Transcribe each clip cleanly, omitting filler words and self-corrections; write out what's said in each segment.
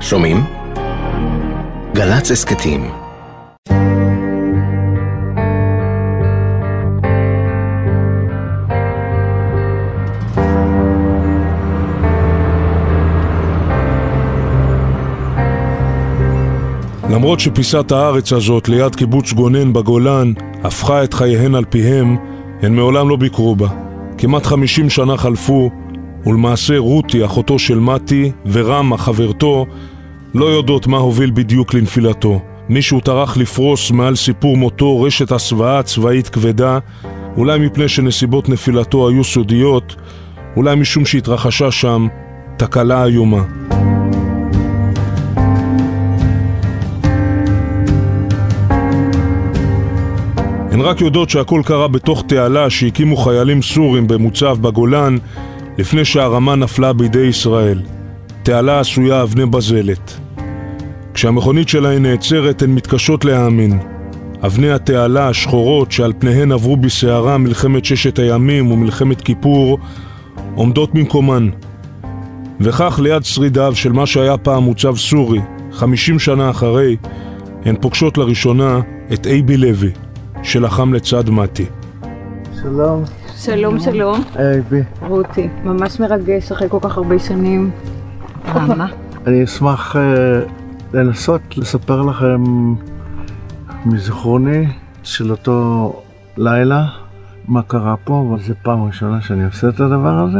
שומעים? גל"צ הסכתים. למרות שפיסת הארץ הזאת ליד קיבוץ גונן בגולן הפכה את חייהן על פיהם, הן מעולם לא ביקרו בה. כמעט 50 שנה חלפו, ולמעשה רותי, אחותו של מתי, ורמה, חברתו, לא יודעות מה הוביל בדיוק לנפילתו. מישהו טרח לפרוס מעל סיפור מותו רשת הסוואה צבאית כבדה, אולי מפני שנסיבות נפילתו היו סודיות, אולי משום שהתרחשה שם תקלה איומה. הן רק יודעות שהכל קרה בתוך תעלה שהקימו חיילים סורים במוצב בגולן לפני שהרמה נפלה בידי ישראל. תעלה עשויה אבני בזלת. כשהמכונית שלהן נעצרת הן מתקשות להאמין. אבני התעלה השחורות שעל פניהן עברו בסערה מלחמת ששת הימים ומלחמת כיפור עומדות במקומן. וכך ליד שרידיו של מה שהיה פעם מוצב סורי, 50 שנה אחרי, הן פוגשות לראשונה את אייבי לוי, שלחם לצד מתי. שלום. שלום, שלום. אייבי. רותי, ממש מרגש אחרי כל כך הרבה שנים. מה? אני אשמח לנסות לספר לכם מזיכרוני של אותו לילה, מה קרה פה, אבל זו פעם ראשונה שאני עושה את הדבר הזה.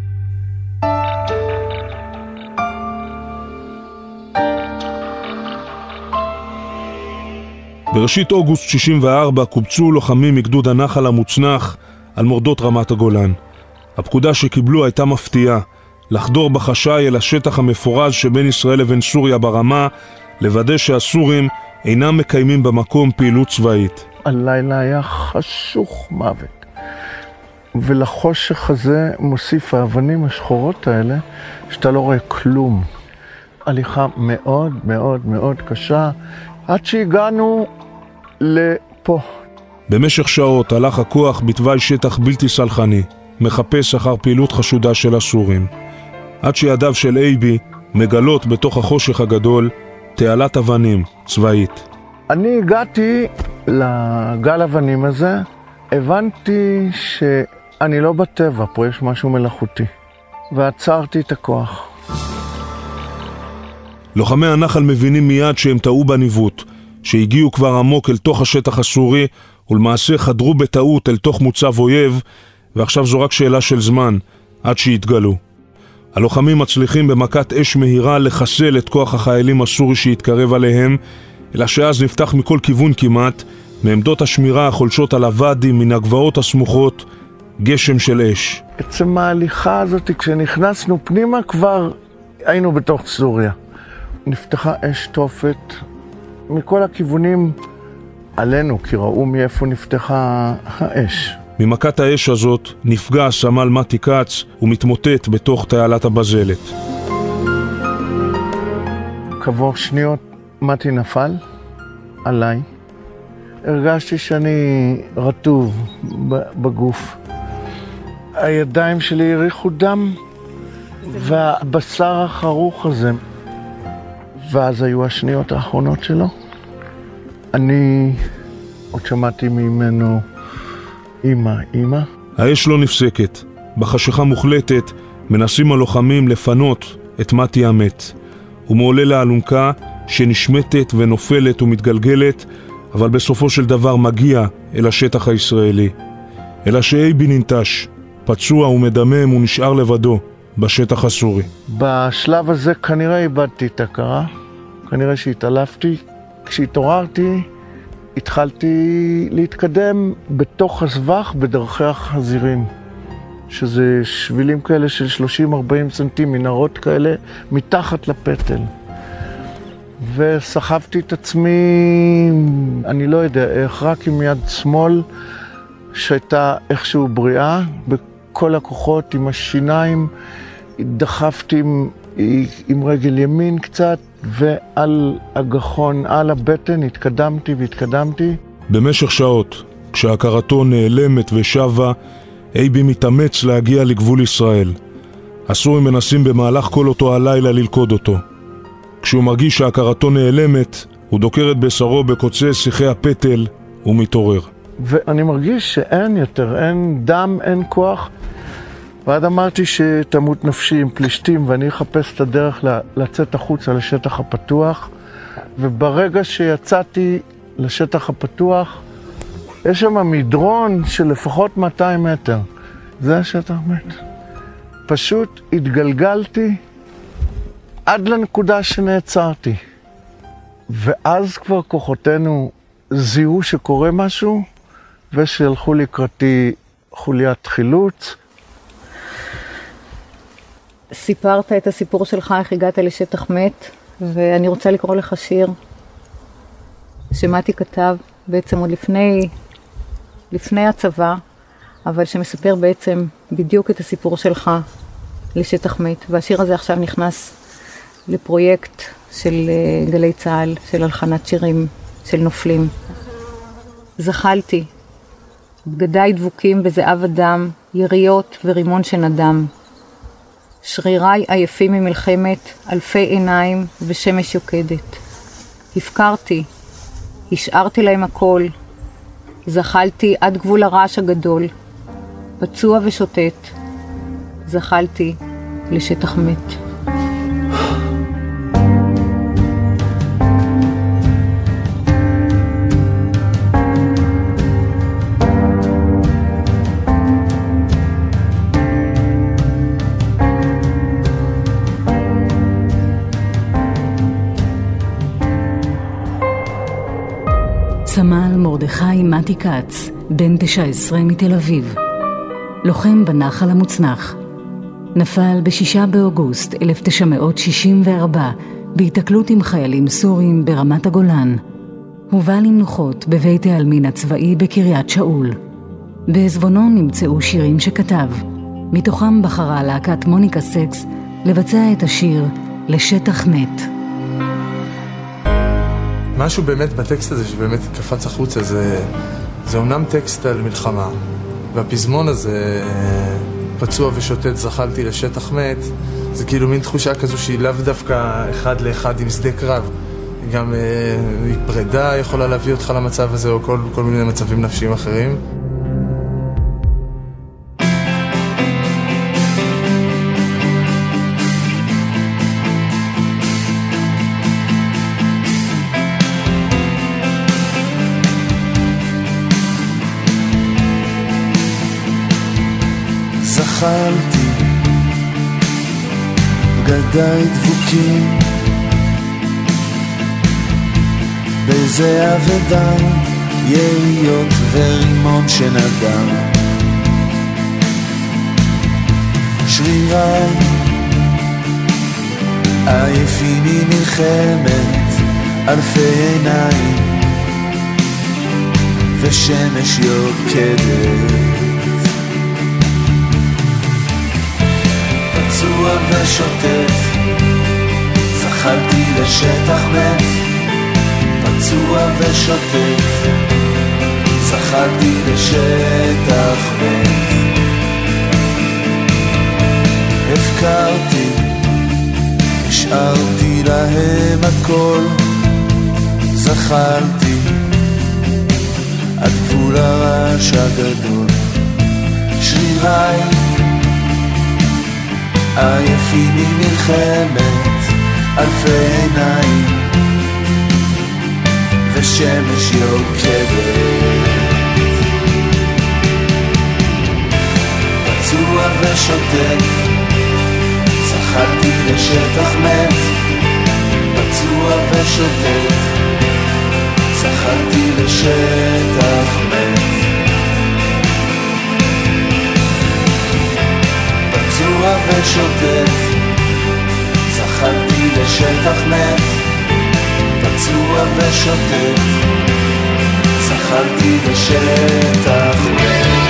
בראשית אוגוסט 64 קובצו לוחמים מגדוד הנחל המוצנח על מורדות רמת הגולן. הפקודה שקיבלו הייתה מפתיעה, לחדור בחשאי אל השטח המפורז שבין ישראל לבין סוריה ברמה, לוודא שהסורים אינם מקיימים במקום פעילות צבאית. הלילה היה חשוך מוות, ולחושך הזה מוסיף האבנים השחורות האלה שאתה לא רואה כלום. הליכה מאוד מאוד מאוד קשה, עד שהגענו לפה. במשך שעות הלך הכוח בתוואי שטח בלתי סלחני, מחפש אחר פעילות חשודה של הסורים. עד שידיו של אייבי מגלות בתוך החושך הגדול תעלת אבנים צבאית. אני הגעתי לגל אבנים הזה, הבנתי שאני לא בטבע, פה יש משהו מלאכותי, ועצרתי את הכוח. לוחמי הנחל מבינים מיד שהם טעו בניווט, שהגיעו כבר עמוק אל תוך השטח הסורי, ולמעשה חדרו בטעות אל תוך מוצב אויב, ועכשיו זו רק שאלה של זמן, עד שיתגלו. הלוחמים מצליחים במכת אש מהירה לחסל את כוח החיילים הסורי שהתקרב עליהם, אלא שאז נפתח מכל כיוון כמעט, מעמדות השמירה החולשות על הוואדי מן הגבעות הסמוכות, גשם של אש. עצם ההליכה הזאת, כשנכנסנו פנימה כבר היינו בתוך סוריה. נפתחה אש תופת מכל הכיוונים עלינו, כי ראו מאיפה נפתחה האש. ממכת האש הזאת נפגע סמל מתי קץ ומתמוטט בתוך תעלת הבזלת. כעבור שניות מתי נפל עליי. הרגשתי שאני רטוב בגוף. הידיים שלי הריחו דם והבשר החרוך הזה. ואז היו השניות האחרונות שלו. אני עוד שמעתי ממנו אמא. האש לא נפסקת. בחשיכה מוחלטת מנסים הלוחמים לפנות את מתי המת. הוא מעולה לאלונקה שנשמטת ונופלת ומתגלגלת, אבל בסופו של דבר מגיע אל השטח הישראלי. אלא שאייבי ננטש, פצוע ומדמם ונשאר לבדו בשטח הסורי. בשלב הזה כנראה איבדתי את הכרה, כנראה שהתעלפתי. כשהתעוררתי התחלתי להתקדם בתוך הסבך בדרכי החזירים, שזה שבילים כאלה של 30-40 סנטים, מנהרות כאלה מתחת לפטל. וסחבתי את עצמי, אני לא יודע איך, רק עם יד שמאל שהייתה איכשהו בריאה, בכל הכוחות עם השיניים, דחפתי עם רגל ימין קצת, ועל הגחון, על הבטן, התקדמתי. במשך שעות, כשהכרתו נעלמת ושבה, אייבי מתאמץ להגיע לגבול ישראל. הסורים מנסים במהלך כל אותו הלילה ללכוד אותו. כשהוא מרגיש שהכרתו נעלמת, הוא דוקר את בשרו בקוצי שיחי הפטל ומתעורר. ואני מרגיש שאין יותר, אין דם, אין כוח. ועד אמרתי שתמות נפשי עם פלישתים, ואני אחפש את הדרך לצאת החוצה לשטח הפתוח. וברגע שיצאתי לשטח הפתוח, יש שם מדרון של לפחות 200 מטר. זה השטח מת. פשוט התגלגלתי עד לנקודה שנעצרתי. ואז כבר כוחותינו זיהו שקורה משהו, ושהלכו לקראתי חוליית חילוץ. סיפרת את הסיפור שלך, איך הגעת לשטח מת, ואני רוצה לקרוא לך שיר שמתי כתב בעצם עוד לפני הצבא, אבל שמספר בעצם בדיוק את הסיפור שלך לשטח מת. והשיר הזה עכשיו נכנס לפרויקט של גלי צהל, של הלחנת שירים של נופלים. זחלתי, בגדיי דבוקים בזהב אדם, יריות ורימון שנדם. שריריי עייפים ממלחמת, אלפי עיניים ושמש יוקדת. הפקרתי, השארתי להם הכל, זחלתי עד גבול הרעש הגדול, פצוע ושוטט, זחלתי לשטח מת. סמל מרדכי מתי כץ, בן 19 מתל אביב, לוחם בנחל המוצנח. נפל ב6 באוגוסט 1964 בהתקלות עם חיילים סורים ברמת הגולן. הובא למנוחות בבית העלמין הצבאי בקריית שאול. בעזבונו נמצאו שירים שכתב, מתוכם בחרה להקת מוניקה סקס לבצע את השיר לשטח מת. משהו באמת בטקסט הזה שבאמת קפץ החוצה, זה אומנם טקסט על מלחמה, והפזמון הזה, פצוע ושוטט זחלתי לשטח מת, זה כאילו מין תחושה כזו שהיא לאו דווקא אחד לאחד עם שדה קרב. גם פרידה יכולה להביא אותך למצב הזה, או כל מיני מצבים נפשיים אחרים. זחלתי, בגדיי דבוקים בזהב אדם, יריות ורימון שנדם. שריריי עייפים ממלחמת, אלפי עיניים ושמש יוקדת. פצוע ושוטט, זחלתי לשטח מת. פצוע ושוטט, זחלתי לשטח מת. הפקרתי, השארתי להם הכל, זחלתי עד גבול הרעש הגדול. שריריי עייפים ממלחמת, אלפי עיניים ושמש יוקדת. פצוע ושוטט, זחלתי לשטח מת. פצוע ושוטט, זחלתי לשטח מת. פצוע ושוטט, זחלתי לשטח מת. פצוע ושוטט, זחלתי לשטח מת.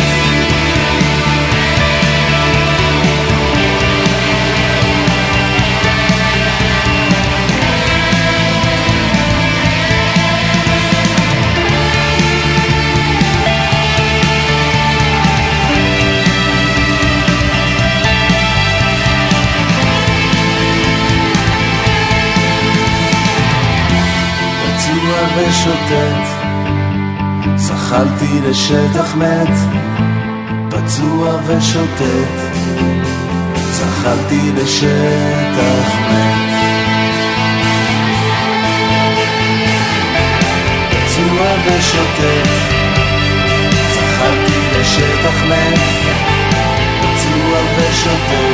ושוטט, זחלתי לשטח מת, פצוע ושוטט, זחלתי לשטח מת. פצוע ושוטט, זחלתי לשטח מת, פצוע ושוטט,